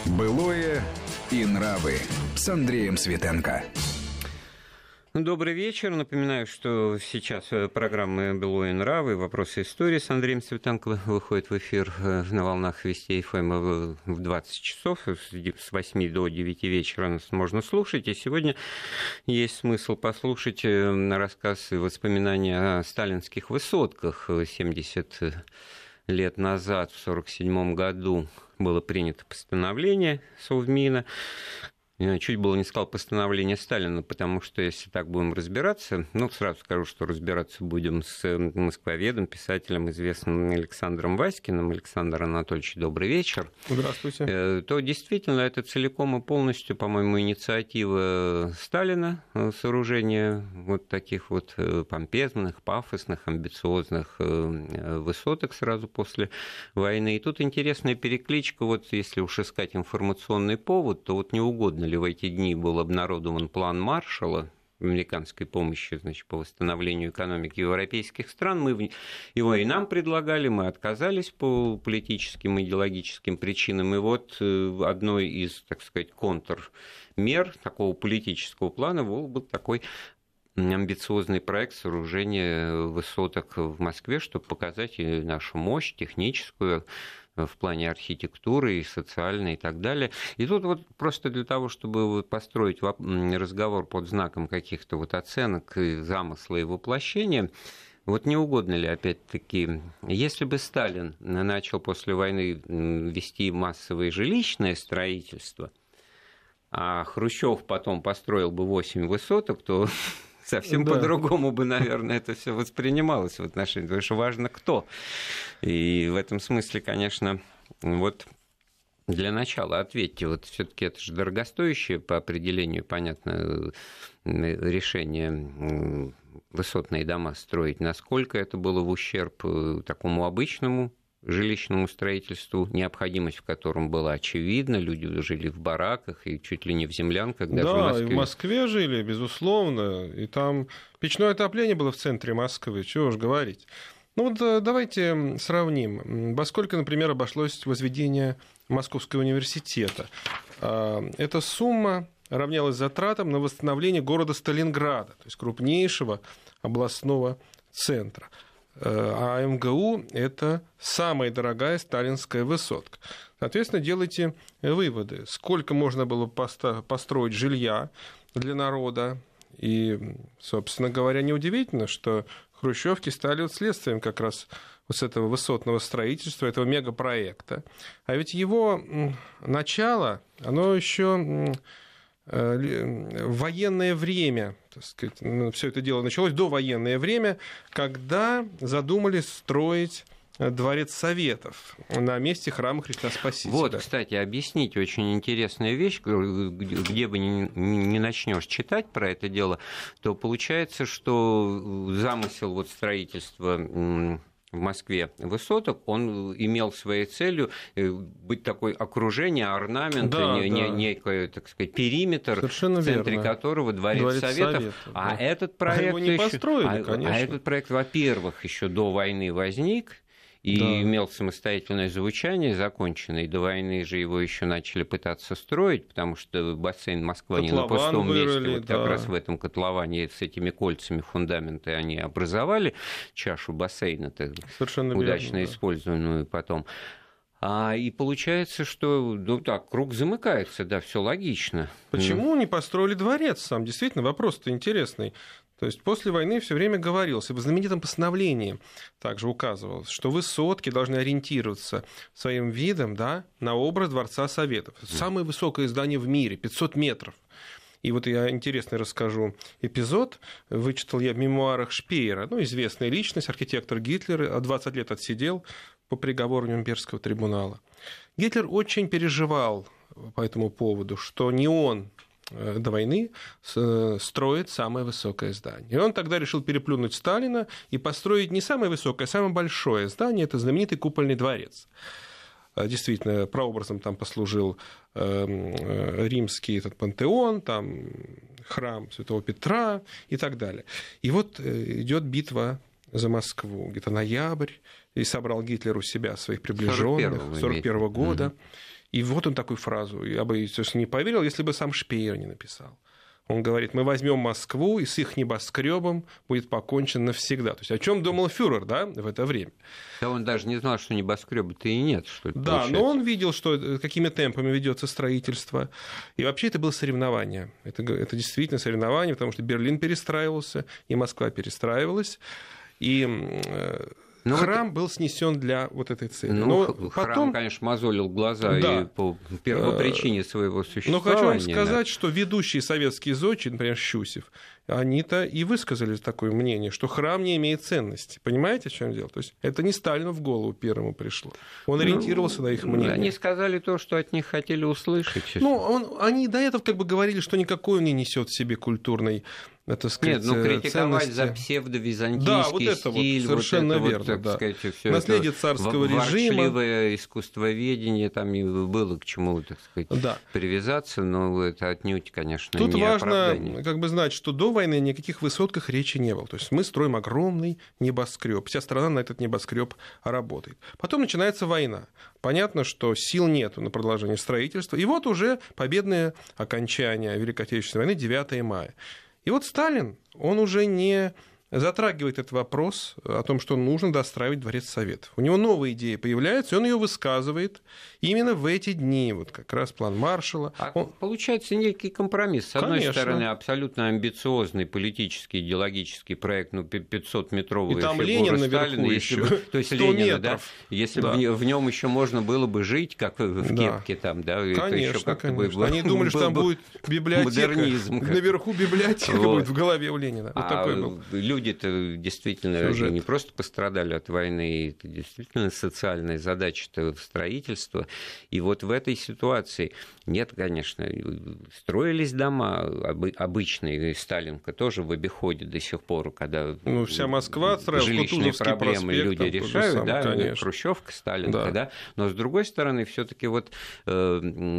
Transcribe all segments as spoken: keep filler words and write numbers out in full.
Былое и нравы с Андреем Светенко. Добрый вечер. Напоминаю, что сейчас программа «Былое и нравы. Вопросы истории» с Андреем Светенко выходит в эфир на волнах Вести эф эм в двадцать часов. С восьми до девяти вечера нас можно слушать. И сегодня есть смысл послушать рассказ и воспоминания о сталинских высотках. семьдесят лет назад, в сорок седьмом году, было принято постановление Совмина. Чуть было не сказал постановление Сталина, потому что, если так будем разбираться, ну, сразу скажу, что разбираться будем с москвоведом, писателем, известным Александром Васькиным. Александр Анатольевич, добрый вечер. Здравствуйте. То действительно это целиком и полностью, по-моему, инициатива Сталина, сооружение вот таких вот помпезных, пафосных, амбициозных высоток сразу после войны. И тут интересная перекличка, вот если уж искать информационный повод, то вот не угодно ли в эти дни был обнародован план Маршалла, американской помощи, значит, по восстановлению экономики европейских стран. Мы его и нам предлагали, мы отказались по политическим и идеологическим причинам. И вот одной из, так сказать, контрмер такого политического плана был такой амбициозный проект сооружения высоток в Москве, чтобы показать нашу мощь техническую, в плане архитектуры и социальной и так далее. И тут вот просто для того, чтобы построить разговор под знаком каких-то вот оценок, и замысла и воплощения, вот не угодно ли, опять-таки, если бы Сталин начал после войны вести массовое жилищное строительство, а Хрущев потом построил бы восемь высоток, то совсем да. по-другому бы, наверное, это все воспринималось в отношении, потому что важно кто. И в этом смысле, конечно, вот для начала ответьте, вот все-таки это же дорогостоящее по определению, понятно, решение высотные дома строить. Насколько это было в ущерб такому обычному жилищному строительству, необходимость в котором была очевидна, люди жили в бараках и чуть ли не в землянках. Даже да, в Москве. И в Москве жили, безусловно, и там печное отопление было в центре Москвы, чего уж говорить. Ну вот давайте сравним, во сколько, например, обошлось возведение Московского университета. Эта сумма равнялась затратам на восстановление города Сталинграда, то есть крупнейшего областного центра. А МГУ – это самая дорогая сталинская высотка. Соответственно, делайте выводы, сколько можно было построить жилья для народа. И, собственно говоря, неудивительно, что хрущевки стали вот следствием как раз вот с этого высотного строительства, этого мегапроекта. А ведь его начало, оно еще в военное время, так сказать, все это дело началось до военное время, когда задумали строить Дворец Советов на месте храма Христа Спасителя. Вот, кстати, объясните, очень интересная вещь, где бы ни, ни начнешь читать про это дело, то получается, что замысел вот строительства в Москве высоток, он имел своей целью быть такое окружение, орнамент, да, не, да. некий, так сказать, периметр, совершенно в центре верно. Которого Дворец, Дворец Советов. Советов а, да. этот проект а его не еще, построили, а, конечно. А этот проект, во-первых, еще до войны возник, и да. имел самостоятельное звучание, законченное. И до войны же его еще начали пытаться строить, потому что бассейн Москва не на пустом вырыли, месте. Вот да. как раз в этом котловане с этими кольцами фундаменты они образовали чашу бассейна-то, удачно верно, использованную да. потом. А, и получается, что ну, так, круг замыкается, да, все логично. Почему не построили дворец сам? Действительно, вопрос-то интересный. То есть после войны все время говорилось, и в знаменитом постановлении также указывалось, что высотки должны ориентироваться своим видом, да, на образ Дворца Советов. Это самое высокое здание в мире, пятьсот метров. И вот я интересный расскажу эпизод. Вычитал я в мемуарах Шпеера, ну, известная личность, архитектор Гитлера, двадцать лет отсидел по приговору Нюрнбергского трибунала. Гитлер очень переживал по этому поводу, что не он до войны строит самое высокое здание. И он тогда решил переплюнуть Сталина и построить не самое высокое, а самое большое здание, это знаменитый купольный дворец. Действительно, прообразом там послужил римский этот пантеон, там храм Святого Петра и так далее. И вот идет битва за Москву, где-то ноябрь, и собрал Гитлер у себя своих приближенных сорок первого года. И вот он такую фразу, я бы, естественно, не поверил, если бы сам Шпеер не написал. Он говорит, мы возьмем Москву, и с их небоскребом будет покончено навсегда. То есть о чем думал фюрер, да, в это время? Да он даже не знал, что небоскреба-то и нет, что ли, Да, получается. Но он видел, что какими темпами ведется строительство. И вообще это было соревнование. Это, это действительно соревнование, потому что Берлин перестраивался, и Москва перестраивалась. И ну, храм вот... был снесен для вот этой цели. Ну, но храм, потом... конечно, мозолил глаза да. и по первопричине своего существования. Но хочу вам сказать, да. что ведущие советские зодчи, например, Щусев, они-то и высказали такое мнение, что храм не имеет ценности. Понимаете, в чем дело? То есть это не Сталину в голову первому пришло. Он ориентировался ну, на их мнение. Они сказали то, что от них хотели услышать. Ну, он, они до этого как бы говорили, что никакой он не несет в себе культурной, так сказать, Нет, ну критиковать ценности. за псевдовизантийский да, вот это стиль, вот, совершенно вот это верно, вот, да. так сказать, всё наследие это царского режима. Ворчливое искусствоведение, там и было к чему, так сказать, да. привязаться, но это отнюдь, конечно, Тут не важно оправдание. Как бы знать, что до войны никаких высотках речи не было. То есть мы строим огромный небоскреб, вся страна на этот небоскреб работает. Потом начинается война. Понятно, что сил нет на продолжение строительства. И вот уже победное окончание Великой Отечественной войны, девятого мая. И вот Сталин, он уже не затрагивает этот вопрос о том, что нужно достраивать Дворец Советов. У него новая идея появляется, и он ее высказывает именно в эти дни, вот как раз план Маршалла. А он... Получается некий компромисс. С одной Конечно. стороны, абсолютно амбициозный политический, идеологический проект, ну, пятисотметровая и там фигура Ленин Сталина, наверху если еще, бы, то есть Ленина, да, если да. бы в нем еще можно было бы жить, как в да. кепке там, да, конечно, это еще как-то бы... Они думали, что там будет библиотека, модернизм, наверху библиотека вот. будет в голове у Ленина. Вот а такой был. Люди-то действительно Сюжет. не просто пострадали от войны, это действительно социальная задача строительства. И вот в этой ситуации нет, конечно, строились дома обычные, Сталинка тоже в обиходе до сих пор, когда ну, вся Москва строилась, жилищные проблемы проспект, люди решают, самое, да, конечно. Хрущевка, Сталинка, да. да. Но с другой стороны, все-таки вот э,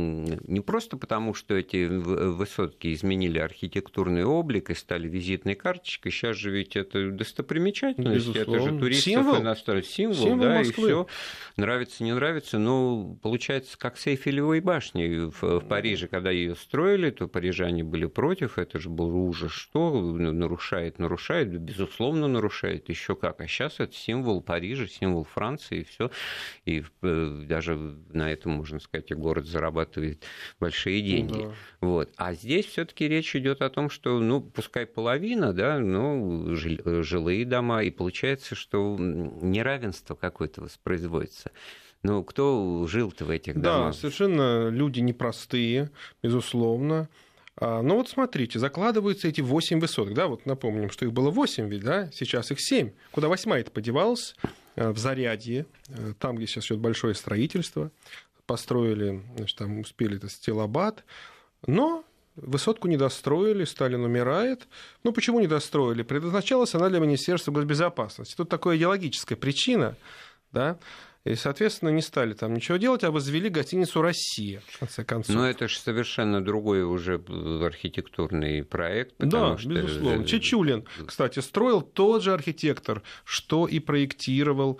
не просто потому, что эти высотки изменили архитектурный облик и стали визитной карточкой, сейчас же ведь это достопримечательность, безусловно. Это же туристов символ, иностранных, символ, символ да, Москвы. И все. Нравится, не нравится, ну, получается, как с Эйфелевой башней в, в Париже, когда ее строили, то парижане были против, это же был ужас, что нарушает, нарушает, безусловно, нарушает, еще как. А сейчас это символ Парижа, символ Франции, и все. И даже на этом, можно сказать, и город зарабатывает большие деньги. Да. Вот. А здесь все-таки речь идет о том, что, ну, пускай половина, да, ну, жилые дома, и получается, что неравенство какое-то воспроизводится. Ну, кто жил-то в этих домах? Да, совершенно люди непростые, безусловно. Ну вот смотрите, закладываются эти восемь высоток, да, вот напомним, что их было восемь ведь, да, сейчас их семь. Куда восьмая-то подевалась? В Зарядье, там, где сейчас идет большое строительство, построили, значит, там успели это Стилобат, но высотку не достроили, Сталин умирает. Ну, почему не достроили? Предназначалась она для Министерства госбезопасности. Тут такая идеологическая причина, да, и, соответственно, не стали там ничего делать, а возвели гостиницу «Россия», в конце концов. Но это же совершенно другой уже архитектурный проект. Да, что... безусловно. Чечулин, кстати, строил тот же архитектор, что и проектировал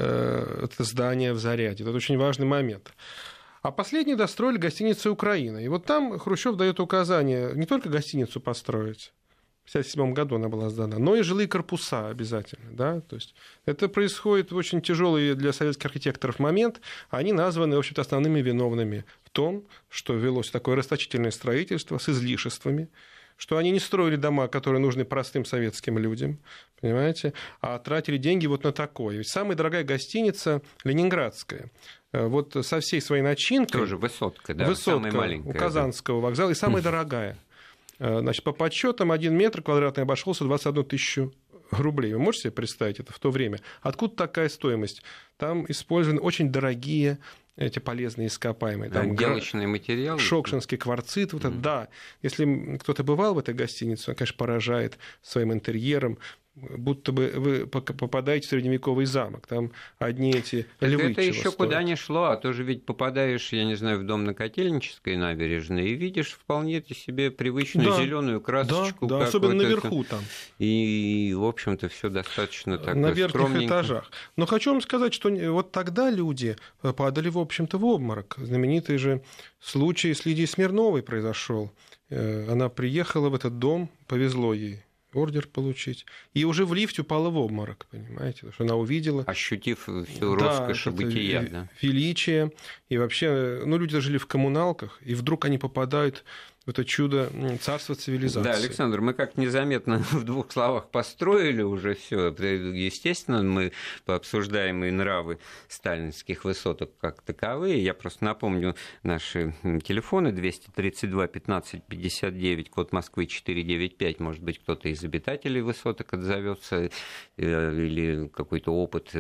э, это здание в Зарядье. Это очень важный момент. А последние достроили гостиницу «Украина». И вот там Хрущев дает указание не только гостиницу построить, в пятьдесят седьмом году она была сдана, но и жилые корпуса обязательно. Да? То есть это происходит в очень тяжелый для советских архитекторов момент. Они названы, в общем-то, основными виновными в том, что велось такое расточительное строительство с излишествами, что они не строили дома, которые нужны простым советским людям, понимаете, а тратили деньги вот на такое. Ведь самая дорогая гостиница ленинградская, вот со всей своей начинкой... Тоже высотка, да, высотка самая маленькая. У Казанского вокзала, и самая дорогая. Значит, по подсчетам, один метр квадратный обошелся двадцать одну тысячу рублей. Вы можете себе представить это в то время? Откуда такая стоимость? Там использованы очень дорогие эти полезные ископаемые. Там отделочные гра... материалы. Шокшинский кварцит. Вот mm-hmm. это, да. Если кто-то бывал в этой гостинице, он, конечно, поражает своим интерьером. будто бы вы попадаете в средневековый замок. Там одни эти так львы. Это еще стоят. Куда ни шло, а то же ведь попадаешь, я не знаю, в дом на Котельнической набережной и видишь вполне себе привычную да, зеленую красочку. Да, да, особенно вот наверху это. там. И, в общем-то, все достаточно так на верхних скромненько. этажах. Но хочу вам сказать, что вот тогда люди падали, в общем-то, в обморок. Знаменитый же случай с Лидией Смирновой произошел. Она приехала в этот дом, повезло ей ордер получить, и уже в лифте упала в обморок, понимаете, потому что она увидела... Ощутив всю роскошь да, бытия, да. величие, и вообще, ну, люди жили в коммуналках, и вдруг они попадают в это чудо царства цивилизации. Да, Александр, мы как незаметно в двух словах построили уже все. Естественно, мы пообсуждаем и нравы сталинских высоток как таковые. Я просто напомню наши телефоны двести тридцать два пятнадцать пятьдесят девять, код Москвы четыреста девяносто пять. Может быть, кто-то из обитателей высоток отзовется или какой-то опыт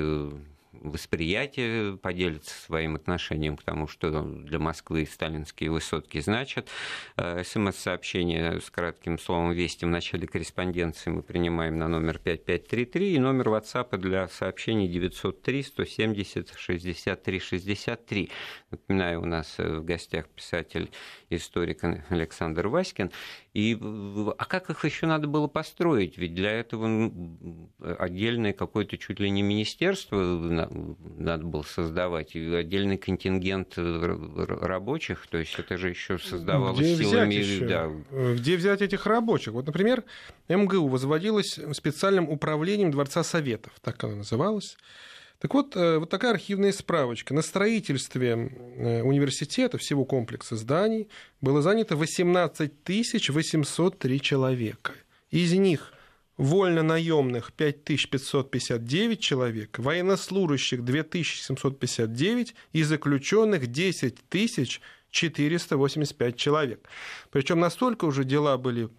восприятие, поделится своим отношением к тому, что для Москвы сталинские высотки значат. СМС-сообщение с кратким словом «Вести» в начале корреспонденции мы принимаем на номер пять пять три три, и номер WhatsApp для сообщений девятьсот три сто семьдесят шестьдесят три шестьдесят три. Напоминаю, у нас в гостях писатель-историк Александр Васькин. И, а как их еще надо было построить? Ведь для этого отдельное какое-то чуть ли не министерство надо было создавать, и отдельный контингент рабочих, то есть это же еще создавалось Где силами... Взять да. Где взять этих рабочих? Вот, например, МГУ возводилась специальным управлением Дворца Советов, так она называлась. Так вот, вот такая архивная справочка. На строительстве университета, всего комплекса зданий, было занято восемнадцать тысяч восемьсот три человека. Из них вольно-наемных пять тысяч пятьсот пятьдесят девять человек, военнослужащих две тысячи семьсот пятьдесят девять и заключенных десять тысяч четыреста восемьдесят пять человек. Причем настолько уже дела были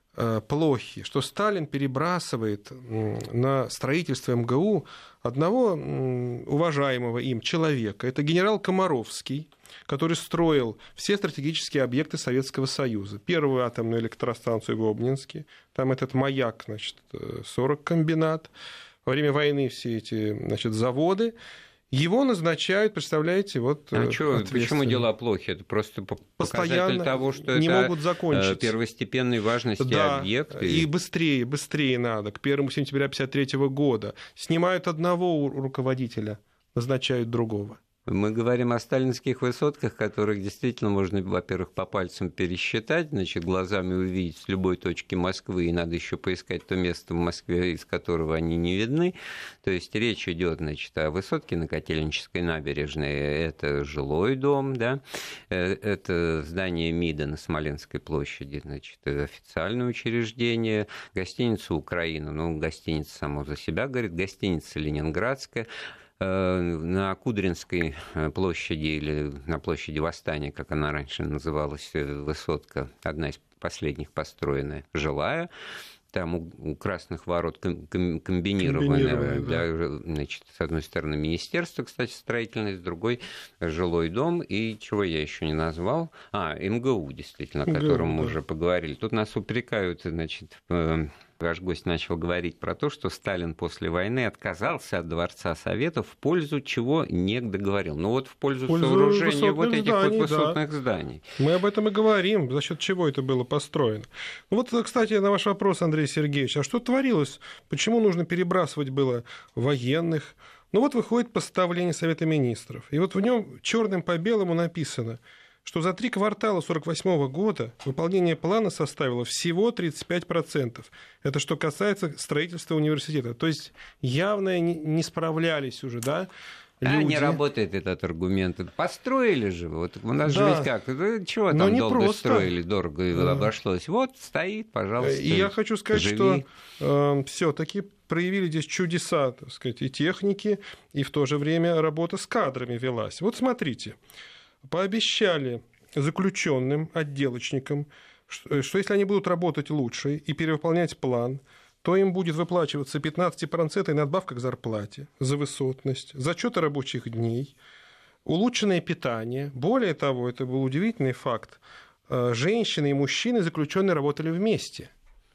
плохи, что Сталин перебрасывает на строительство МГУ одного уважаемого им человека. Это генерал Комаровский, который строил все стратегические объекты Советского Союза. Первую атомную электростанцию в Обнинске, там этот маяк, значит, сорок комбинат. Во время войны все эти, значит, заводы. Его назначают, представляете, вот... А что, почему дела плохи? Это просто показатель того, что не это могут закончить. Первостепенной важности да, объект. И быстрее, быстрее надо. К первому сентября тысяча девятьсот пятьдесят третьего года снимают одного руководителя, назначают другого. Мы говорим о сталинских высотках, которых действительно можно, во-первых, по пальцам пересчитать, значит, глазами увидеть с любой точки Москвы, и надо еще поискать то место в Москве, из которого они не видны. То есть речь идет, значит, о высотке на Котельнической набережной. Это жилой дом, да, это здание МИДа на Смоленской площади, значит, официальное учреждение, гостиница «Украина», ну, гостиница само за себя говорит, гостиница «Ленинградская». На Кудринской площади или на площади Восстания, как она раньше называлась, высотка, одна из последних построенная, жилая. Там у, у Красных ворот ком- комбинированная, да, значит, с одной стороны министерство, кстати, строительное, с другой жилой дом, и чего я еще не назвал, а, МГУ, действительно, о котором мы да. уже поговорили. Тут нас упрекают, значит, ваш гость начал говорить про то, что Сталин после войны отказался от Дворца Советов в пользу чего не договорил. Ну вот в пользу, в пользу сооружения вот этих зданий, вот высотных да. зданий. Мы об этом и говорим, за счет чего это было построено. Вот, кстати, на ваш вопрос, Андрей Сергеевич, а что творилось? Почему нужно перебрасывать было военных? Ну вот выходит постановление Совета Министров, и вот в нем черным по белому написано, что за три квартала сорок восьмого года выполнение плана составило всего тридцать пять процентов. Это что касается строительства университета. То есть явно не справлялись уже, да? Да, люди. Не работает этот аргумент. Построили же. Вот у нас да. же ведь как? Ну, чего там не долго просто. строили, дорого да. обошлось. Вот стоит, пожалуйста. И я хочу сказать, живи. что э, все-таки проявили здесь чудеса, так сказать, и техники, и в то же время работа с кадрами велась. Вот смотрите. Пообещали заключенным, отделочникам, что, что если они будут работать лучше и перевыполнять план, то им будет выплачиваться пятнадцатипроцентная надбавка к зарплате за высотность, зачеты рабочих дней, улучшенное питание. Более того, это был удивительный факт, женщины и мужчины заключенные работали вместе.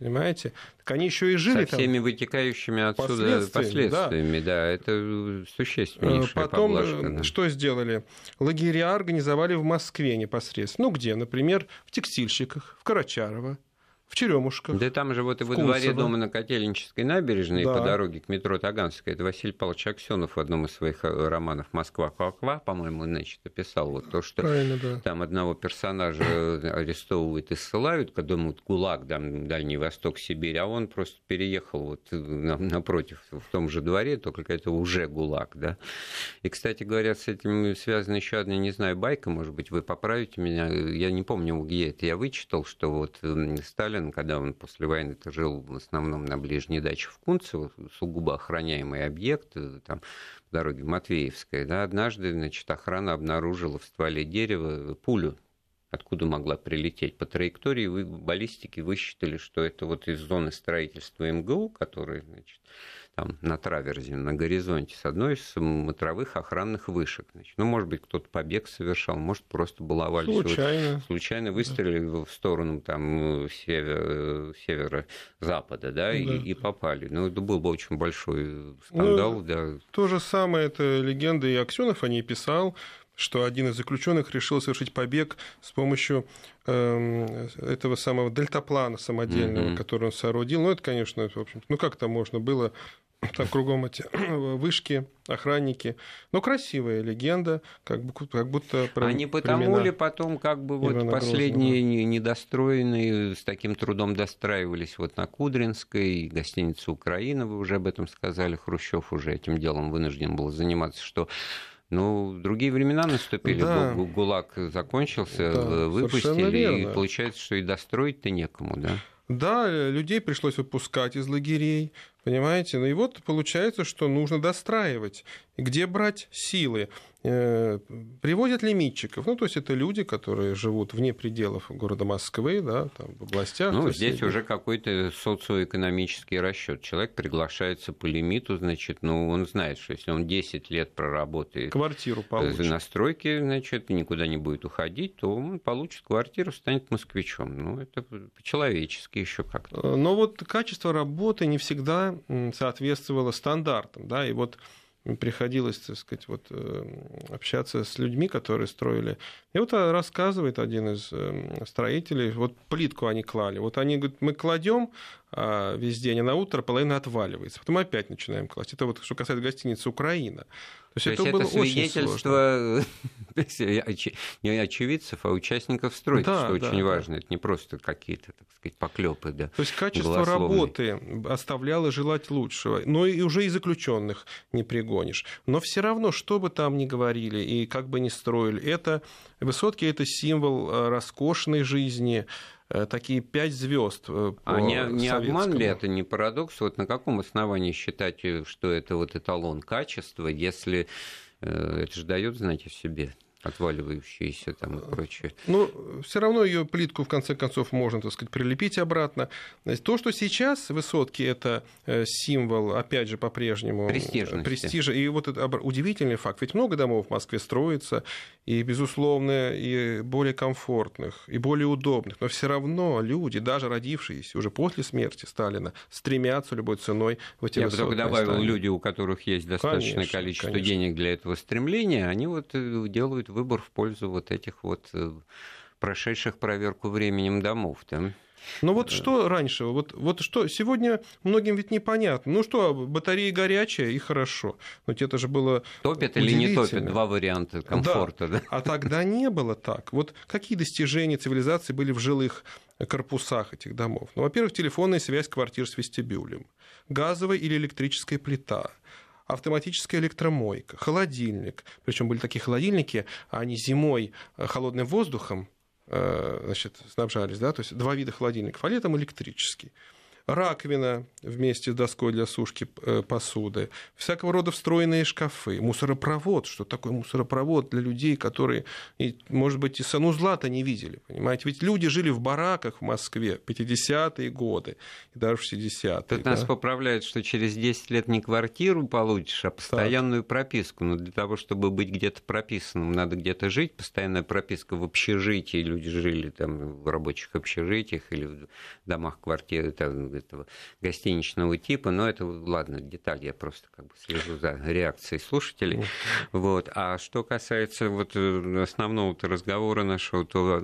Понимаете? Так они еще и жили со всеми там вытекающими отсюда последствиями. последствиями да. да, это существеннейшая Потом поблажка. Да. Что сделали? Лагеря организовали в Москве непосредственно. Ну, где? Например, в Текстильщиках, в Карачарово, в Черемушках. Да там же вот и во дворе дома на Котельнической набережной, да. по дороге к метро Таганская, это Василий Павлович Аксенов в одном из своих романов «Москва-Кваква», по-моему, значит, описал вот то, что да. там одного персонажа арестовывают и ссылают, когда думают ГУЛАГ, там, Дальний Восток, Сибирь, а он просто переехал вот напротив, в том же дворе, только это уже ГУЛАГ, да. И, кстати говоря, с этим связана еще одна, не знаю, байка, может быть, вы поправите меня, я не помню, где это я вычитал, что вот Сталин, когда он после войны жил в основном на ближней даче в Кунцево, сугубо охраняемый объект, там, по дороге Матвеевская, да, однажды, значит, охрана обнаружила в стволе дерева пулю, откуда могла прилететь. По траектории вы, баллистики высчитали, что это вот из зоны строительства МГУ, которая, значит, там на траверзе, на горизонте, с одной из смотровых охранных вышек. Значит, ну, может быть, кто-то побег совершал, может, просто баловались. Случайно. Вот, случайно выстрелили да. в сторону там, север, северо-запада, да, да. И, и попали. Ну, это был бы очень большой скандал. Ну, да. То же самое, это легенда, и Аксенов о ней писал, что один из заключенных решил совершить побег с помощью э, этого самого дельтаплана самодельного, mm-hmm. который он соорудил. Ну, это, конечно, в общем, ну, как там можно было... Там кругом эти вышки, охранники. Но красивая легенда, как, бы, как будто... Про а не потому ли потом как бы вот последние Грозного. недостроенные с таким трудом достраивались вот на Кудринской, гостиница «Украина», вы уже об этом сказали, Хрущев уже этим делом вынужден был заниматься, что... Ну, другие времена наступили, да. ГУЛАГ закончился, да, выпустили, и получается, что и достроить-то некому, да? Да, людей пришлось выпускать из лагерей, понимаете? Ну и вот получается, что нужно достраивать. Где брать силы? Приводят лимитчиков. Ну, то есть это люди, которые живут вне пределов города Москвы, да, там, в областях. Ну, здесь уже какой-то социоэкономический расчет. Человек приглашается по лимиту, значит, ну, он знает, что если он десять лет проработает квартиру получит. За настройки, значит, никуда не будет уходить, то он получит квартиру, станет москвичом. Ну, это по-человечески еще как-то. Но вот качество работы не всегда соответствовало стандартам, да, и вот приходилось, так сказать, вот, общаться с людьми, которые строили. И вот рассказывает один из строителей, вот плитку они клали. Вот они говорят, мы кладем весь день, а на утро половина отваливается. Потом опять начинаем класть. Это вот что касается гостиницы «Украина». То есть, То это, это было свидетельство не очевидцев, а участников стройки, да, что да, очень да. важно. Это не просто какие-то, так сказать, поклепы. Да, то есть качество работы оставляло желать лучшего. Но и уже и заключенных не пригонишь. Но все равно, что бы там ни говорили и как бы ни строили, это высотки — это символ роскошной жизни, такие пять звезд. А не, не обман ли это, не парадокс? Вот на каком основании считать, что это вот эталон качества, если это же дает знать о себе? Отваливающиеся там и прочее. Ну, все равно ее плитку, в конце концов, можно, так сказать, прилепить обратно. То, что сейчас высотки — это символ, опять же, по-прежнему престижа. И вот это удивительный факт. Ведь много домов в Москве строится, и, безусловно, и более комфортных, и более удобных. Но все равно люди, даже родившиеся уже после смерти Сталина, стремятся любой ценой в эти Я высотные бы только добавил, здания. Люди, у которых есть достаточное конечно, количество конечно. денег для этого стремления, они вот делают выбор в пользу вот этих вот прошедших проверку временем домов. Да? Ну вот что раньше, вот, вот что сегодня многим ведь непонятно. Ну что, батарея горячая и хорошо. Но это же было топит или не топит, два варианта комфорта. Да. Да? А тогда не было так. Вот какие достижения цивилизации были в жилых корпусах этих домов? Ну, во-первых, телефонная связь квартир с вестибюлем, газовая или электрическая плита, автоматическая электромойка, холодильник. Причем были такие холодильники, они зимой холодным воздухом, значит, снабжались, да, то есть два вида холодильников, а летом электрический. раковина вместе с доской для сушки посуды, всякого рода встроенные шкафы, мусоропровод. Что такое мусоропровод для людей, которые, может быть, и санузла-то не видели, понимаете? Ведь люди жили в бараках в Москве в пятидесятые годы и даже в шестидесятые. Тут да? нас поправляют, что через десять лет не квартиру получишь, а постоянную так. прописку. Но для того, чтобы быть где-то прописанным, надо где-то жить. Постоянная прописка в общежитии. Люди жили там в рабочих общежитиях или в домах квартиры там, этого гостиничного типа. Но это, ладно, деталь. Я просто как бы слежу за реакцией слушателей. Mm-hmm. Вот. А что касается вот основного-то разговора нашего, то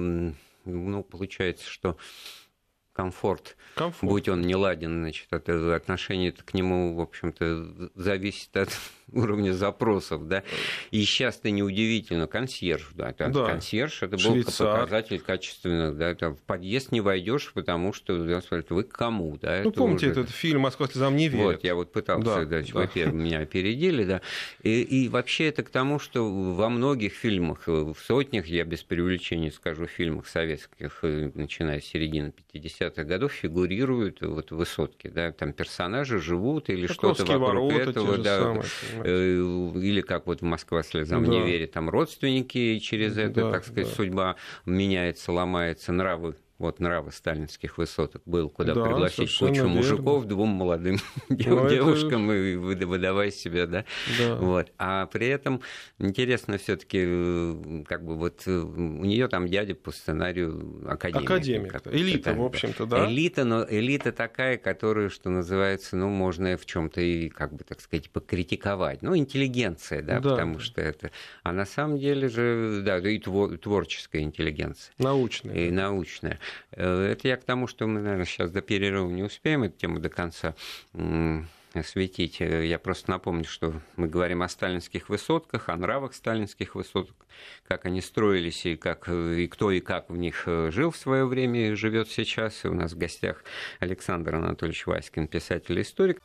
ну, получается, что комфорт, комфорт, будь он не ладен, значит, от отношение к нему, в общем-то, зависит от уровня запросов, да. И сейчас-то неудивительно, консьерж, да, да. консьерж, это был Швейцар. Показатель качественных, да, там в подъезд не войдешь, потому что вы к кому, да. Ну, помните уже... этот фильм «Москва слезам не верит»? Вот, я вот пытался, да, да, да. Вы меня опередили, да. И, и вообще это к тому, что во многих фильмах, в сотнях, я без преувеличения скажу, фильмах советских, начиная с середины пятидесятых годов, фигурируют вот высотки, да, там персонажи живут или что-то вокруг этого, да. Самые. Или как вот «Москва слезам да. не верит», там родственники, через это, да, так сказать, да. судьба меняется, ломается, нравы. Вот нравы сталинских высоток был, куда да, пригласить кучу мужиков, верно. Двум молодым Но девушкам это... и выдавая себя, да. да. Вот. А при этом интересно все-таки, как бы вот у нее там дядя по сценарию академик. Академик, элита, это, в общем-то, да. Элита, но элита такая, которую, что называется, ну, можно в чем-то и, как бы, так сказать, покритиковать. Ну, интеллигенция, да, да потому да. что это... А на самом деле же, да, и творческая интеллигенция. Научная. И научная. Это я к тому, что мы, наверное, сейчас до перерыва не успеем эту тему до конца осветить. Я просто напомню, что мы говорим о сталинских высотках, о нравах сталинских высоток, как они строились и, как, и кто и как в них жил в свое время и живет сейчас. И у нас в гостях Александр Анатольевич Васькин, писатель и историк.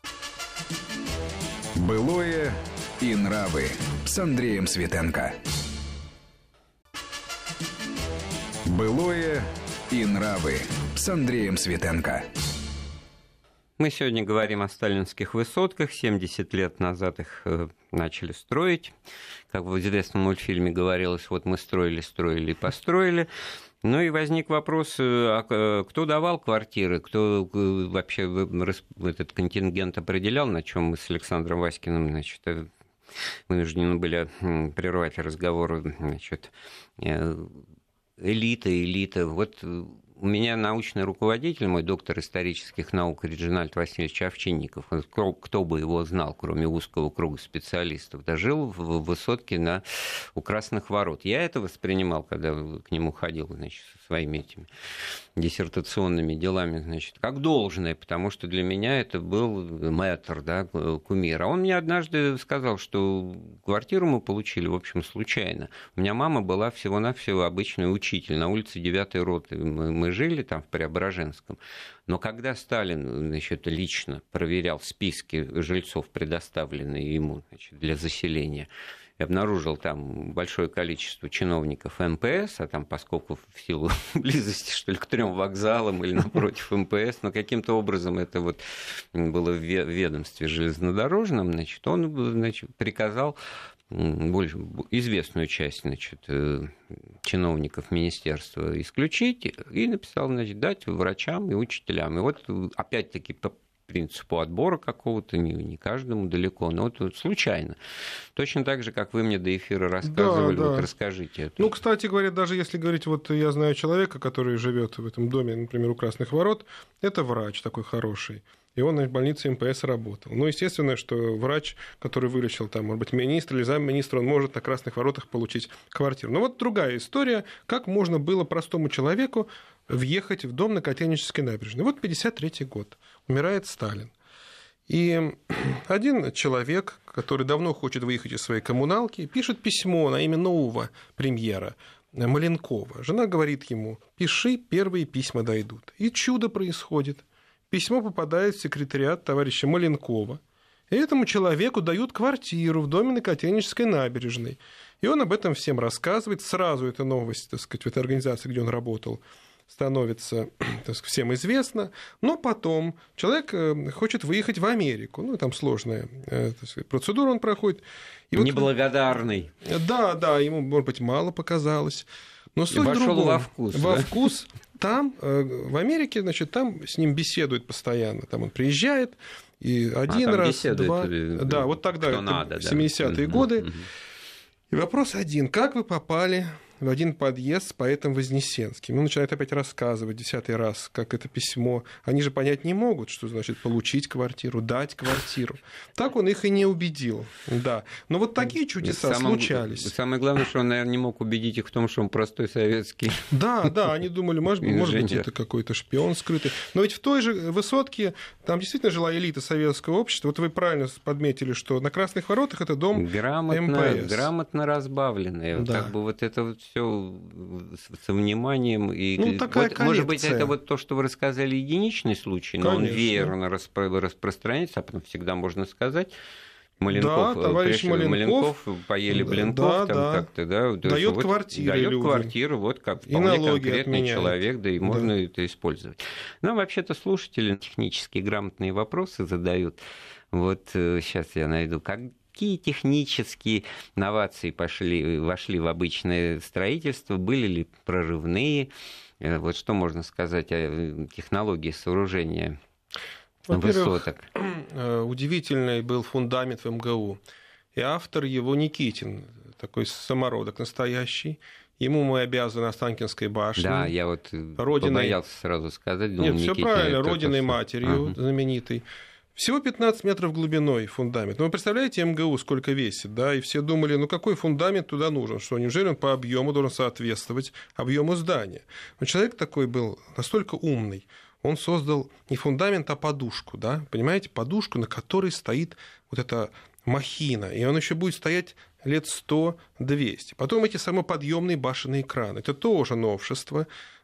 Былое и нравы с Андреем Светенко. Былое и нравы с Андреем Светенко. Мы сегодня говорим о сталинских высотках. семьдесят лет назад их начали строить. Как в известном мультфильме говорилось, вот мы строили, строили и построили. Ну и возник вопрос, а кто давал квартиры, кто вообще этот контингент определял, на чем мы с Александром Васькиным, значит, вынуждены были прервать разговор, значит, элита, элита. Вот у меня научный руководитель, мой доктор исторических наук Реджинальд Васильевич Овчинников, кто бы его знал, кроме узкого круга специалистов, да, жил в высотке на, у Красных ворот. Я это воспринимал, когда к нему ходил, значит, со своими этими диссертационными делами, значит, как должное, потому что для меня это был мэтр, да, кумир. А он мне однажды сказал, что квартиру мы получили, в общем, случайно. У меня мама была всего-навсего обычный учитель на улице девятой роты. Мы, мы жили там в Преображенском. Но когда Сталин, значит, лично проверял списки жильцов, предоставленные ему, значит, для заселения, и обнаружил там большое количество чиновников эм пэ эс, а там, поскольку в силу близости, что ли, к трем вокзалам или напротив эм пэ эс, но каким-то образом это вот было в ведомстве железнодорожном, значит, он, значит, приказал больше, известную часть, значит, чиновников министерства исключить и написал, значит, дать врачам и учителям. И вот опять-таки по принципу отбора какого-то, не, не каждому далеко, но вот, вот случайно. Точно так же, как вы мне до эфира рассказывали, да, да. Вот расскажите это. Ну, кстати говоря, даже если говорить, вот я знаю человека, который живет в этом доме, например, у Красных ворот, это врач такой хороший. И он в больнице эм пэ эс работал. Ну, естественно, что врач, который вылечил, там, может быть, министр или замминистра, он может на Красных воротах получить квартиру. Но вот другая история, как можно было простому человеку въехать в дом на Котельнической набережной. Вот пятьдесят третий год, умирает Сталин. И один человек, который давно хочет выехать из своей коммуналки, пишет письмо на имя нового премьера Маленкова. Жена говорит ему: пиши, первые письма дойдут. И чудо происходит. Письмо попадает в секретариат товарища Маленкова, и этому человеку дают квартиру в доме на Котельнической набережной. И он об этом всем рассказывает. Сразу эта новость, так сказать, в этой организации, где он работал, становится, так сказать, всем известно, но потом человек хочет выехать в Америку. Ну, там сложная, так сказать, процедура он проходит. И Неблагодарный. Вот, да, да, ему, может быть, мало показалось. Но суть вошел другом. во вкус. Во да? вкус. Там, в Америке, значит, там с ним беседуют постоянно. Там он приезжает, и один а, раз, два... Или... Да, вот тогда, это надо, в семидесятые да. годы. Угу. И вопрос один. Как вы попали в один подъезд с поэтом Вознесенским? Он начинает опять рассказывать десятый раз, как это письмо. Они же понять не могут, что значит получить квартиру, дать квартиру. Так он их и не убедил. Да. Но вот такие чудеса Самое, случались. Самое главное, что он, наверное, не мог убедить их в том, что он простой советский. Да, да, они думали, может, может быть, это какой-то шпион скрытый. Но ведь в той же высотке там действительно жила элита советского общества. Вот вы правильно подметили, что на Красных воротах это дом грамотно, эм пэ эс. Грамотно разбавленные. Да. Как бы вот это вот все со вниманием. И ну, такая вот, может быть, это вот то, что вы рассказали, единичный случай, но Конечно. Он веерно распро- распространяется, а потом всегда можно сказать. Маленков, да, товарищ пришел, Маленков, Маленков поели да, блинков, да, там да. как-то, да, дает вот, квартиру, дает людям. квартиру, вот как и вполне конкретный отменяет. человек, да и да. можно это использовать. Но вообще-то слушатели технически грамотные вопросы задают. Вот сейчас я найду, как Какие технические новации пошли, вошли в обычное строительство, были ли прорывные? Вот что можно сказать о технологии сооружения высоток? Удивительный был фундамент в эм гэ у. И автор его Никитин, такой самородок настоящий. Ему мы обязаны Останкинской башней. Да, я вот родиной... побоялся сразу сказать. Думал, Нет, все правильно, родиной матерью ага. знаменитой. Всего пятнадцать метров глубиной фундамент. Ну, вы представляете, эм гэ у сколько весит, да? И все думали, ну, какой фундамент туда нужен? Что, неужели он по объему должен соответствовать объему здания? Но человек такой был настолько умный. Он создал не фундамент, а подушку, да? Понимаете, подушку, на которой стоит вот эта махина. И он еще будет стоять лет сто-двести. Потом эти самоподъемные башенные краны. Это тоже новшество.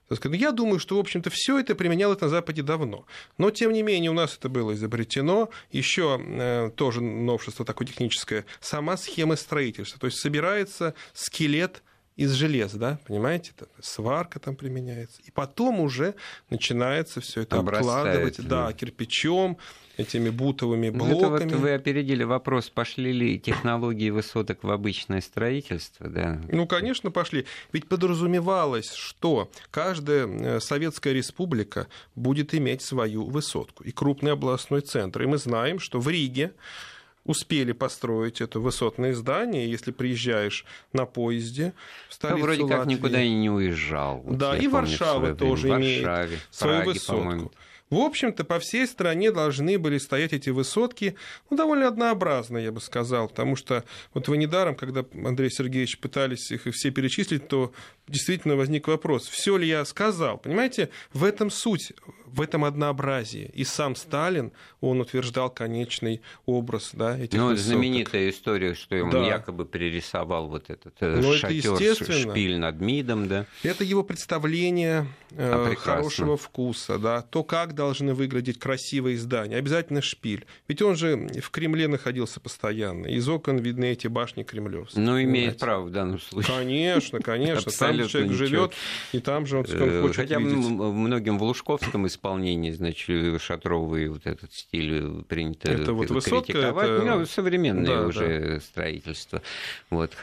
Я думаю, что, в общем-то, все это применялось на Западе давно. Но, тем не менее, у нас это было изобретено. Еще э, тоже новшество такое техническое. Сама схема строительства. То есть собирается скелет из железа, да, понимаете? Сварка там применяется. И потом уже начинается все это обкладывать да, кирпичом, этими бутовыми блоками. Это вот вы опередили вопрос, пошли ли технологии высоток в обычное строительство, да? Ну, конечно, пошли. Ведь подразумевалось, что каждая советская республика будет иметь свою высотку и крупный областной центр. И мы знаем, что в Риге успели построить это высотное здание, если приезжаешь на поезде в столицу Латвии. Вроде как Латвии. Никуда и не уезжал. Вот да, и Варшава тоже имеет Варшаве, свою Праге, высотку. По-моему. В общем-то, по всей стране должны были стоять эти высотки, ну, довольно однообразно, я бы сказал, потому что вот вы недаром, когда Андрей Сергеевич пытались их все перечислить, то действительно возник вопрос, все ли я сказал. Понимаете, в этом суть, в этом однообразии. И сам Сталин, он утверждал конечный образ, да, этих ну, высоток. Знаменитая история, что он да. якобы пририсовал вот этот ну, шатер, шпиль над МИДом, да. Это его представление а, э, хорошего вкуса, да, то, как должны выглядеть красивые здания. Обязательно шпиль. Ведь он же в Кремле находился постоянно. Из окон видны эти башни кремлевские. Ну, имеет право в данном случае. Конечно, конечно. Там человек живет, и там же он, он хочет Хотя видеть. многим в лужковском исполнении, значит, шатровый вот этот стиль принято это вот критиковать. Это... Ну, современное да, уже да. строительство. Вот.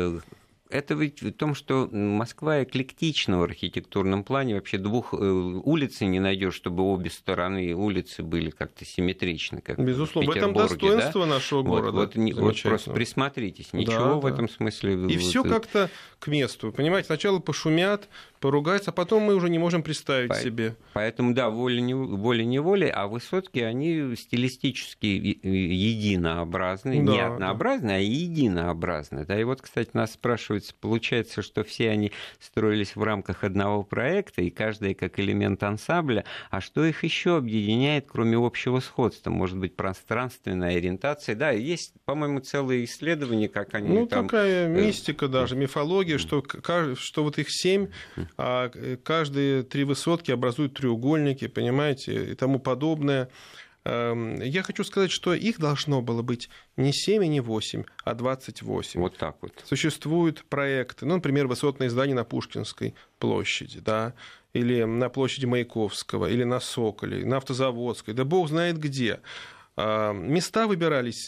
Это ведь в том, что Москва эклектична в архитектурном плане. Вообще двух улиц не найдешь, чтобы обе стороны улицы были как-то симметричны. Как Безусловно, в, в этом достоинство да? нашего города. Вот, вот, вот просто присмотритесь, ничего да, в да. этом смысле. И вот... все как-то к месту. Понимаете, сначала пошумят, поругаются, а потом мы уже не можем представить По... себе. Поэтому, да, волей-неволей, а высотки, они стилистически единообразны. Да, не однообразны, да. а единообразны. Да, и вот, кстати, нас спрашивают, получается, что все они строились в рамках одного проекта, и каждый как элемент ансамбля. А что их еще объединяет, кроме общего сходства? Может быть, пространственная ориентация? Да, есть, по-моему, целые исследования, как они ну, там... Ну, такая мистика даже, мифология, что, что вот их семь, а каждые три высотки образуют треугольники, понимаете, и тому подобное. Я хочу сказать, что их должно было быть не семь и не восемь, а двадцать восемь. Вот так вот. Существуют проекты, ну, например, высотное здание на Пушкинской площади, да, или на площади Маяковского, или на Соколе, на Автозаводской, да бог знает где. Места выбирались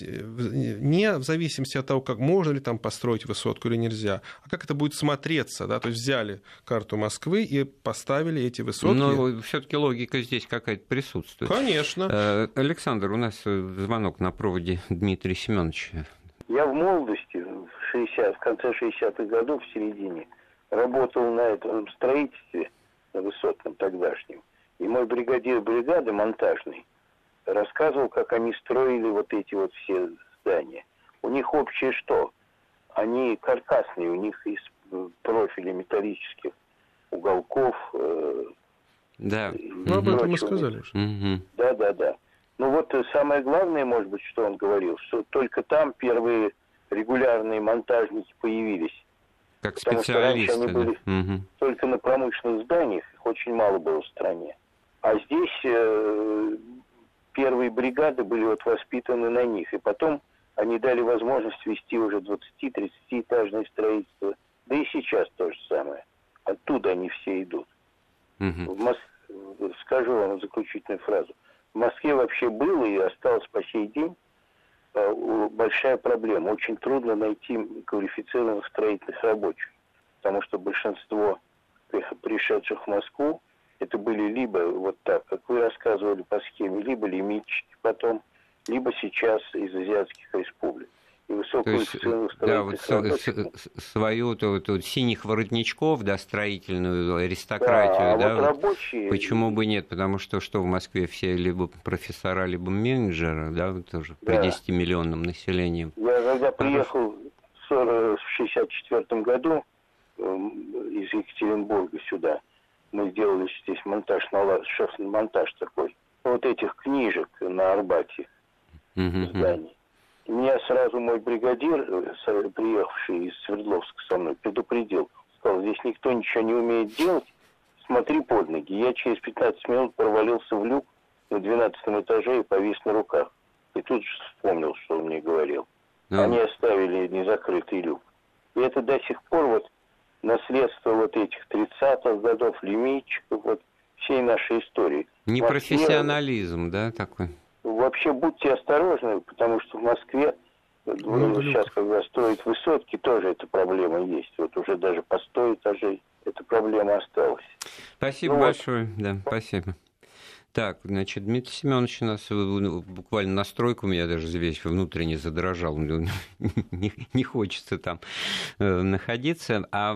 не в зависимости от того, как можно ли там построить высотку или нельзя, а как это будет смотреться. Да? То есть взяли карту Москвы и поставили эти высотки. Но все-таки логика здесь какая-то присутствует. Конечно. Александр, у нас звонок на проводе. Дмитрий Семенович. Я в молодости, в, шестидесятых, в конце шестидесятых годов, в середине, работал на этом строительстве, на высотном тогдашнем. И мой бригадир бригады монтажный рассказывал, как они строили вот эти вот все здания. У них общее что? Они каркасные, у них из профиля металлических уголков. Э, да. Ну, об этом мы сказали уже. Угу. Да, да, да. Ну вот самое главное, может быть, что он говорил, что только там первые регулярные монтажники появились. Как Потому специалисты. Что раньше они были угу. только на промышленных зданиях, их очень мало было в стране. А здесь э, первые бригады были вот воспитаны на них. И потом они дали возможность вести уже двадцати-тридцатиэтажное строительство. Да и сейчас то же самое. Оттуда они все идут. Угу. В Мос... Скажу вам заключительную фразу. В Москве вообще было и осталось по сей день большая проблема. Очень трудно найти квалифицированных строительных рабочих. Потому что большинство пришедших в Москву это были либо вот так, как вы рассказывали по схеме, либо лимитчики потом, либо сейчас из азиатских республик. И высококвалифицированных строительных да, вот рабочих. Свою вот, вот, вот, синих воротничков, да, строительную аристократию, да, да, а вот вот рабочие... Почему бы нет? Потому что что в Москве все либо профессора, либо менеджеры, да, вот тоже да. при десятимиллионном населении. Я когда приехал в шестьдесят четвёртом году из Екатеринбурга сюда, мы сделали здесь монтаж, шеф-монтаж такой, вот этих книжек на Арбате, uh-huh. зданий. Меня сразу мой бригадир, приехавший из Свердловска со мной, предупредил. Сказал, здесь никто ничего не умеет делать, смотри под ноги. Я через пятнадцать минут провалился в люк на двенадцатом этаже и повис на руках. И тут же вспомнил, что он мне говорил. Uh-huh. Они оставили незакрытый люк. И это до сих пор вот наследство вот этих тридцатых годов, лимитчиков, вот всей нашей истории. Непрофессионализм, да, такой? Вообще будьте осторожны, потому что в Москве ну, сейчас, когда строят высотки, тоже эта проблема есть. Вот уже даже по сто этажей эта проблема осталась. Спасибо ну, большое, вот. да, спасибо. Так, значит, Дмитрий Семенович у нас буквально настройка у меня даже весь внутренне задрожал. Не, не хочется там находиться. А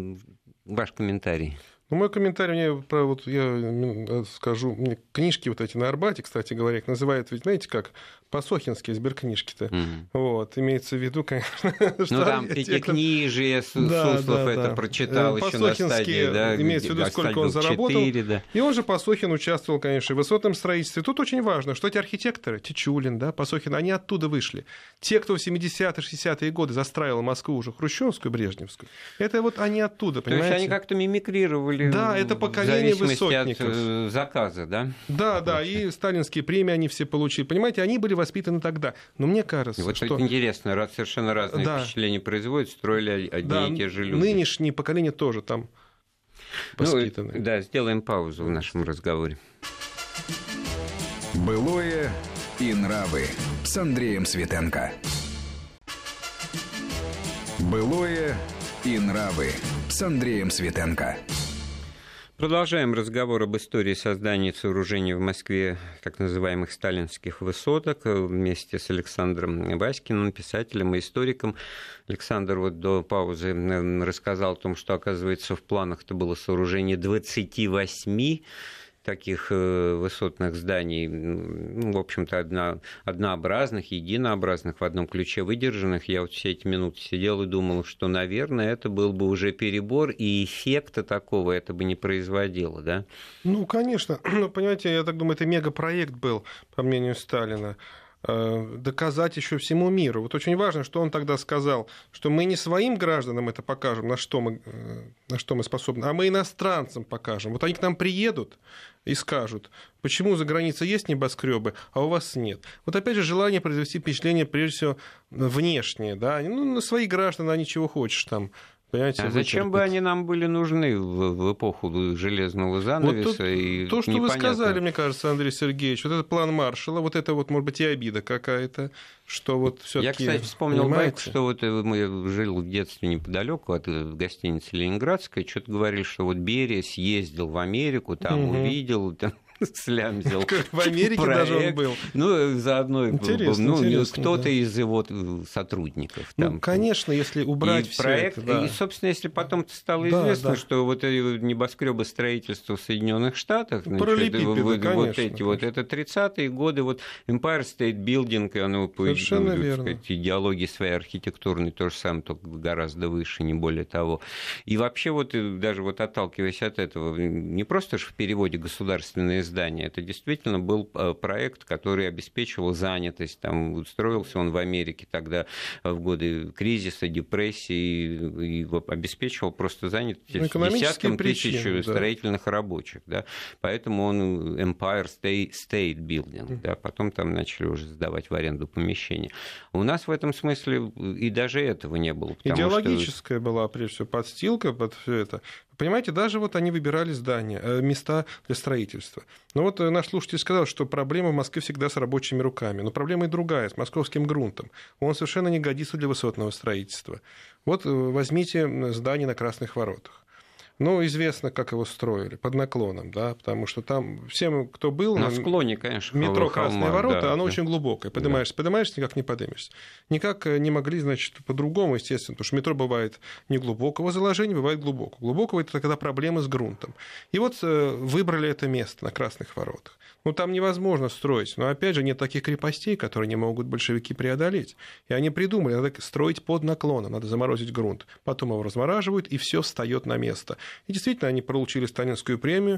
ваш комментарий? Ну, мой комментарий, мне, про, вот, я скажу, мне книжки вот эти на Арбате, кстати говоря, их называют, ведь, знаете, как пасохинские сберкнижки-то. Mm-hmm. Вот, имеется в виду, конечно, ну, что... Ну, там пятикнижие, да, Суслов да, это да. прочитал еще на стадии, да, имеется в виду, сколько он заработал. четыре, да. И он же, Пасохин, участвовал, конечно, в высотном строительстве. Тут очень важно, что эти архитекторы, Тичулин, да, Пасохин, они оттуда вышли. Те, кто в семидесятые, шестидесятые годы застраивал Москву уже хрущевскую, брежневскую, это вот они оттуда, понимаете? То есть они как-то мимикрировали. Да, это поколение высотников. От заказа, да? Да, да, и сталинские премии они все получили. Понимаете, они были воспитаны тогда. Но мне кажется, вот что... Вот интересно, совершенно разные да. впечатления производят, строили одни да, и те же люди. Нынешнее поколение тоже там воспитаны. Ну, да, сделаем паузу в нашем разговоре. Былое и нравы с Андреем Светенко. Былое и нравы с Андреем Светенко. Продолжаем разговор об истории создания и сооружения в Москве так называемых сталинских высоток вместе с Александром Васькиным, писателем и историком. Александр вот до паузы рассказал о том, что, оказывается, в планах-то было сооружение двадцати восьми таких высотных зданий, ну, в общем-то, одно, однообразных, единообразных, в одном ключе выдержанных. Я вот все эти минуты сидел и думал, что, наверное, это был бы уже перебор, и эффекта такого это бы не производило, да? Ну, конечно. Ну, понимаете, я так думаю, это мегапроект был, по мнению Сталина. Доказать еще всему миру. Вот очень важно, что он тогда сказал, что мы не своим гражданам это покажем, на что мы, на что мы способны, а мы иностранцам покажем. Вот они к нам приедут и скажут, почему за границей есть небоскребы, а у вас нет. Вот опять же желание произвести впечатление, прежде всего, внешнее. Да? Ну, на свои граждан, они чего хочешь там. Понимаете, а зачем бы они нам были нужны в, в эпоху железного занавеса? Вот то, и то, что непонятно... вы сказали, мне кажется, Андрей Сергеевич, вот это план Маршалла, вот это вот, может быть, и обида какая-то, что вот всё-таки... Я, кстати, вспомнил понимаете? байку, что вот мы жил в детстве неподалеку от гостиницы Ленинградской, что-то говорили, что вот Берия съездил в Америку, там угу. увидел... Там... слямзил. В Америке проект. Даже он был. Ну, заодно интересно, ну, интересно, кто-то да. из его сотрудников. Ну, там, конечно, если убрать и все проект, это, да. И, собственно, если потом стало да, известно, да. что вот эти небоскребы строительства в Соединенных Штатах, значит, вот, конечно, вот эти, конечно. вот это тридцатые годы, вот Empire State Building, и оно по сказать, идеологии своей архитектурной то же самое, только гораздо выше, не более того. И вообще вот даже вот отталкиваясь от этого, не просто же в переводе государственные здания, это действительно был проект, который обеспечивал занятость. Там строился он в Америке тогда в годы кризиса, депрессии, и обеспечивал просто занятость ну, десяткам причины, тысяч да. строительных рабочих. Да. Поэтому он Empire State, State Building. Да. Потом там начали уже сдавать в аренду помещения. У нас в этом смысле и даже этого не было. Идеологическая что... была, прежде всего, подстилка под все это. Понимаете, даже вот они выбирали здания, места для строительства. Но вот наш слушатель сказал, что проблема в Москве всегда с рабочими руками. Но проблема и другая, с московским грунтом. Он совершенно не годится для высотного строительства. Вот возьмите здание на Красных Воротах. Ну, известно, как его строили, под наклоном, да, потому что там всем, кто был... На склоне, конечно. Метро «Красные ворота», да, оно да. очень глубокое. Поднимаешься, да. поднимаешься, никак не поднимешься. Никак не могли, значит, по-другому, естественно, потому что метро бывает неглубокого заложения, бывает глубокого. Глубокого – это когда проблемы с грунтом. И вот выбрали это место на Красных Воротах. Ну, там невозможно строить. Но, опять же, нет таких крепостей, которые не могут большевики преодолеть. И они придумали, надо строить под наклоном, надо заморозить грунт. Потом его размораживают, и все встает на место. И действительно, они получили Сталинскую премию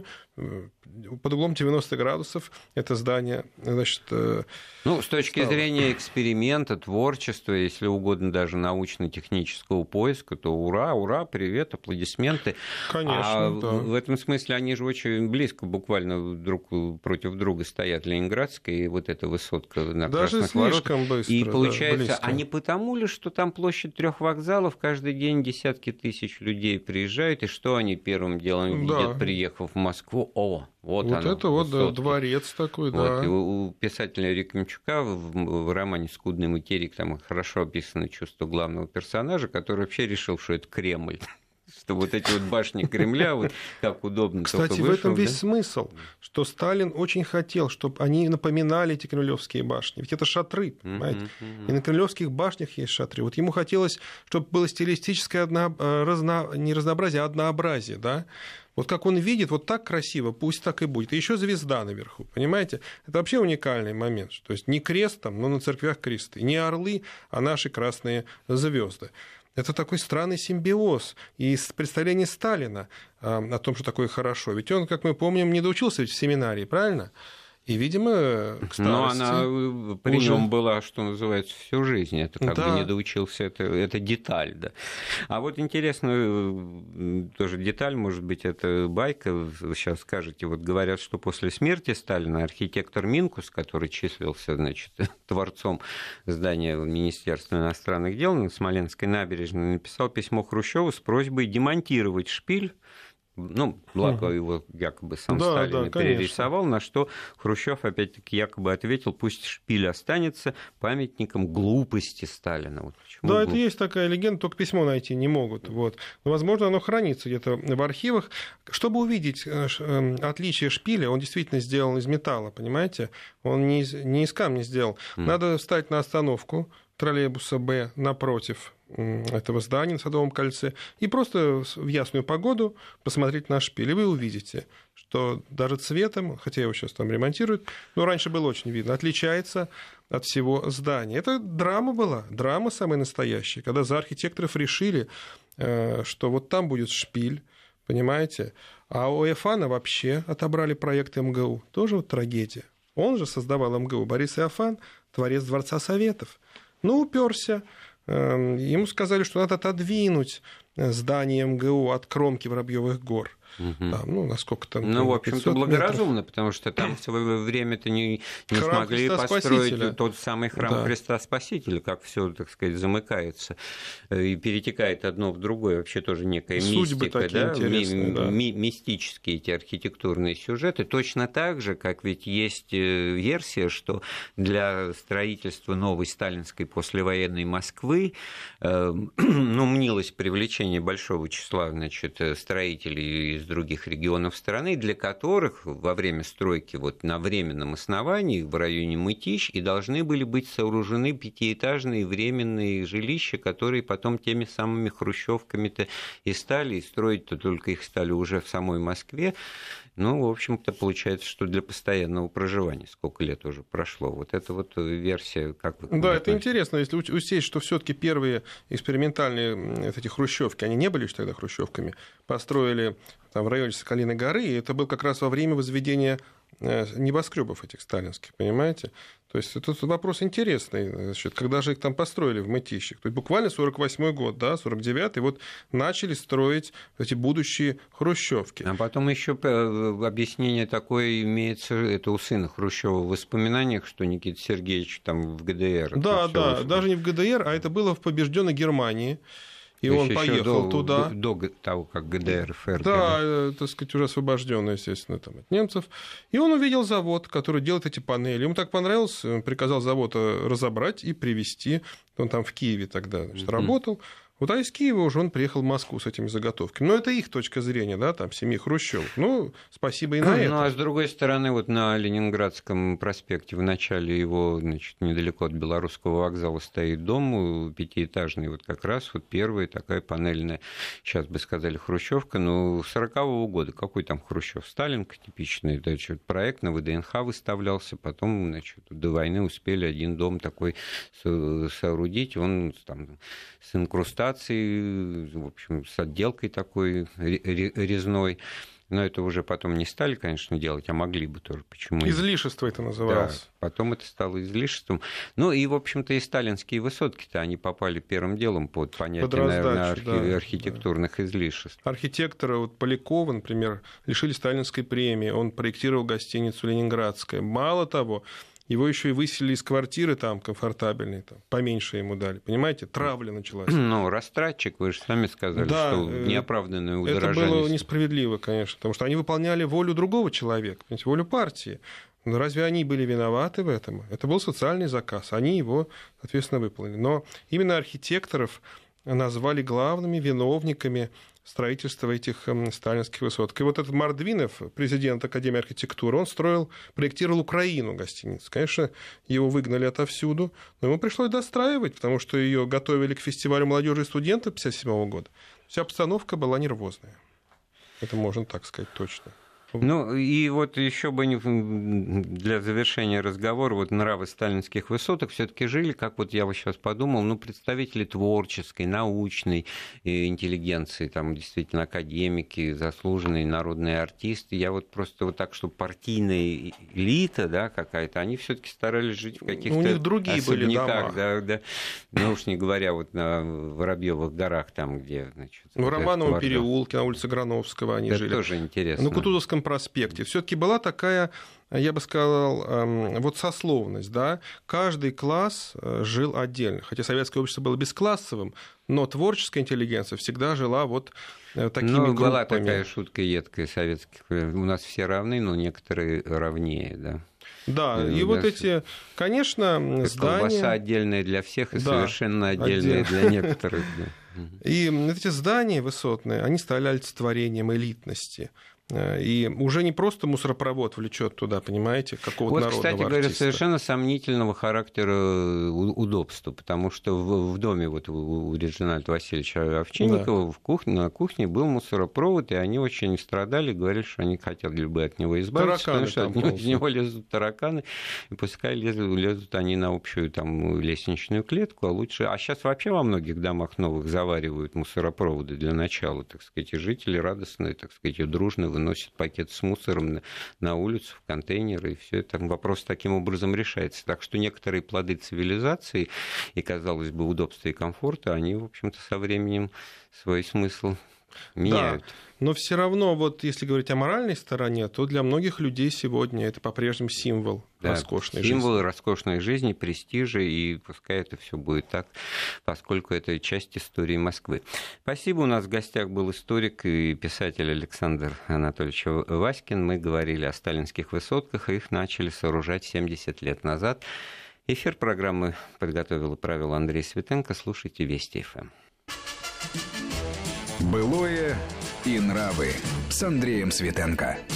под углом девяносто градусов. Это здание, значит... Ну, с точки стало. зрения эксперимента, творчества, если угодно, даже научно-технического поиска, то ура, ура, привет, аплодисменты. Конечно, а да. В этом смысле они же очень близко буквально друг против друга стоят, Ленинградская и вот эта высотка на даже Красных Воротах. Быстро, и получается, да, а не потому ли, что там площадь трех вокзалов, каждый день десятки тысяч людей приезжают, и что они первым делом да. видят, приехав в Москву? О, вот, вот оно, это вот да, высотки. дворец такой, вот, да. И у, у писателя Рекимчука в, в романе «Скудный материк» там хорошо описано чувство главного персонажа, который вообще решил, что это Кремль. Что вот эти вот башни Кремля, вот как удобно. Кстати, вышел, в этом весь да? смысл, что Сталин очень хотел, чтобы они напоминали эти кремлевские башни. Ведь это шатры, понимаете? Mm-hmm. И на кремлевских башнях есть шатры. Вот ему хотелось, чтобы было стилистическое одно... разно... не разнообразие, а однообразие, да? Вот как он видит, вот так красиво, пусть так и будет. И еще звезда наверху, понимаете? Это вообще уникальный момент. То есть не крест там, но на церквях кресты. Не орлы, а наши красные звезды. Это такой странный симбиоз из представления Сталина о том, что такое хорошо. Ведь он, как мы помним, не доучился ведь в семинарии, правильно? И, видимо, к старости... Но она при уже... нем была, что называется, всю жизнь. Это как да. бы не доучился, это, это деталь. Да. А вот интересная тоже деталь, может быть, это байка. Вы сейчас скажете, вот говорят, что после смерти Сталина архитектор Минкус, который числился, значит, творцом здания Министерства иностранных дел на Смоленской набережной, написал письмо Хрущеву с просьбой демонтировать шпиль. Ну, благо его якобы сам да, Сталин да, перерисовал, на что Хрущев опять-таки якобы ответил, пусть шпиль останется памятником глупости Сталина. Вот да, глуп... это есть такая легенда, только письмо найти не могут. Вот. Но, возможно, оно хранится где-то в архивах. Чтобы увидеть отличие шпиля, он действительно сделан из металла, понимаете? Он не из, не из камня сделал. Mm. Надо встать на остановку троллейбуса Б напротив этого здания на Садовом кольце и просто в ясную погоду посмотреть на шпиль. И вы увидите, что даже цветом, хотя его сейчас там ремонтируют, но раньше было очень видно, отличается от всего здания. Это драма была, драма самая настоящая, когда за архитекторов решили, что вот там будет шпиль, понимаете, а у Иофана вообще отобрали проект эм гэ у. Тоже вот трагедия. Он же создавал эм гэ у, Борис Иофан, творец Дворца Советов. Ну, уперся. Ему сказали, что надо отодвинуть здание эм гэ у от кромки Воробьевых гор. Угу. Там, ну, насколько там... Ну, в общем-то, благоразумно, метров. Потому что там в свое время-то не, не смогли Храм построить тот самый храм да. Христа Спасителя, как все, так сказать, замыкается и перетекает одно в другое, вообще тоже некая Судьбы мистика, такие да? интересные, да. Ми- мистические эти архитектурные сюжеты. Точно так же, как ведь есть версия, что для строительства новой сталинской послевоенной Москвы э, ну, мнилось привлечение большого числа, значит, строителей из других регионов страны, для которых во время стройки вот на временном основании в районе Мытищ и должны были быть сооружены пятиэтажные временные жилища, которые потом теми самыми хрущевками-то и стали, и строить-то только их стали уже в самой Москве. Ну, в общем-то, получается, что для постоянного проживания. Сколько лет уже прошло. Вот это вот версия, как вы... Да, это интересно, если учесть, что все-таки первые экспериментальные эти хрущевки, они не были еще тогда хрущевками, построили там в районе Соколиной горы, и это был как раз во время возведения небоскребов этих сталинских, понимаете? То есть это вопрос интересный, значит, когда же их там построили в Мытищах. То есть буквально сорок восьмой год, да, сорок девятый, вот начали строить эти будущие хрущевки. А потом еще объяснение такое имеется, это у сына Хрущева в воспоминаниях, что Никита Сергеевич там в гэ дэ эр. Да, да, даже не в гэ дэ эр, а это было в побежденной Германии. И он поехал до, туда. До, до того, как гэ дэ эр, эф эр. Да, да, так сказать, уже освобожденный, естественно, там, от немцев. И он увидел завод, который делает эти панели. Ему так понравилось, он приказал завод разобрать и привезти. Он там в Киеве тогда, значит, mm-hmm. работал. Вот, а из Киева уже он приехал в Москву с этими заготовками. Но это их точка зрения, да, там, семьи Хрущевых. Ну, спасибо и на это. Ну, а с другой стороны, вот на Ленинградском проспекте в начале его, значит, недалеко от Белорусского вокзала стоит дом пятиэтажный, вот как раз вот первая такая панельная, сейчас бы сказали, хрущевка, ну, сорокового года. Какой там Хрущев? Сталинка типичный, значит, проект на вэ дэ эн ха выставлялся, потом, значит, до войны успели один дом такой соорудить, он там с инкрустацией, в общем, с отделкой такой резной. Но это уже потом не стали, конечно, делать, а могли бы тоже. Почему? Излишество это называлось. Да, потом это стало излишеством. Ну и, в общем-то, и сталинские высотки-то, они попали первым делом под понятие, под раздачу, наверное, архи... да, архитектурных да. излишеств. Архитектора вот, Полякова, например, лишили сталинской премии. Он проектировал гостиницу «Ленинградская». Мало того, его еще и выселили из квартиры там комфортабельной, там, поменьше ему дали. Понимаете, травля началась. Ну, растратчик, вы же сами сказали, да, что неоправданное удорожание. Это было несправедливо, конечно, потому что они выполняли волю другого человека, понимаете, волю партии. Но разве они были виноваты в этом? Это был социальный заказ, они его, соответственно, выполнили. Но именно архитекторов назвали главными виновниками строительства этих сталинских высоток. И вот этот Мордвинов, президент Академии архитектуры, он строил, проектировал Украину гостиницу. Конечно, его выгнали отовсюду, но ему пришлось достраивать, потому что ее готовили к фестивалю молодежи и студентов тысяча девятьсот пятьдесят седьмого года. Вся обстановка была нервозная. Это можно так сказать точно. Ну, и вот еще бы для завершения разговора, вот нравы сталинских высоток все-таки жили, как вот я вот сейчас подумал, ну, представители творческой, научной интеллигенции, там действительно академики, заслуженные народные артисты. Я вот просто вот так, что партийная элита, да, какая-то, они все-таки старались жить в каких-то у них другие особняках, были дома. Да, да. Ну, уж не говоря вот на Воробьевых горах, там, где, значит... В Романовом переулке, на улице Грановского они это жили. Это тоже интересно. На Кутузовском проспекте. Все-таки была такая, я бы сказал, вот сословность, да, каждый класс жил отдельно, хотя советское общество было бесклассовым, но творческая интеллигенция всегда жила вот такими ну, группами. Была такая шутка едкая советских, у нас все равны, но некоторые равнее, да. Да, и, и вот эти, конечно, как здания... Колбаса отдельная для всех и да, совершенно отдельная отдельно. Для некоторых. И эти здания высотные, они стали олицетворением элитности. И уже не просто мусоропровод влечет туда, понимаете, какого-то вот, народного кстати артиста. говоря, совершенно сомнительного характера удобства, потому что в, в доме вот у Реджинальда Васильевича Овчинникова да. в кухне, на кухне был мусоропровод, и они очень страдали, говорили, что они хотели бы от него избавиться, тараканы, потому что от него, из него лезут тараканы, и пускай лезут, лезут они на общую там лестничную клетку, а лучше... А сейчас вообще во многих домах новых заваривают мусоропроводы для начала, так сказать, и жители радостно, так сказать, и дружно выносят пакет с мусором на, на улицу, в контейнеры, и все это вопрос таким образом решается. Так что некоторые плоды цивилизации и, казалось бы, удобства и комфорта, они, в общем-то, со временем свой смысл меняют. Да, но все равно, вот если говорить о моральной стороне, то для многих людей сегодня это по-прежнему символ да, роскошной символ жизни. Символ роскошной жизни, престижа, и пускай это все будет так, поскольку это часть истории Москвы. Спасибо. У нас в гостях был историк и писатель Александр Анатольевич Васькин. Мы говорили о сталинских высотках, их начали сооружать семьдесят лет назад. Эфир программы подготовил и провел Андрей Светенко. Слушайте Вести эф эм. Былое и нравы с Андреем Светенко.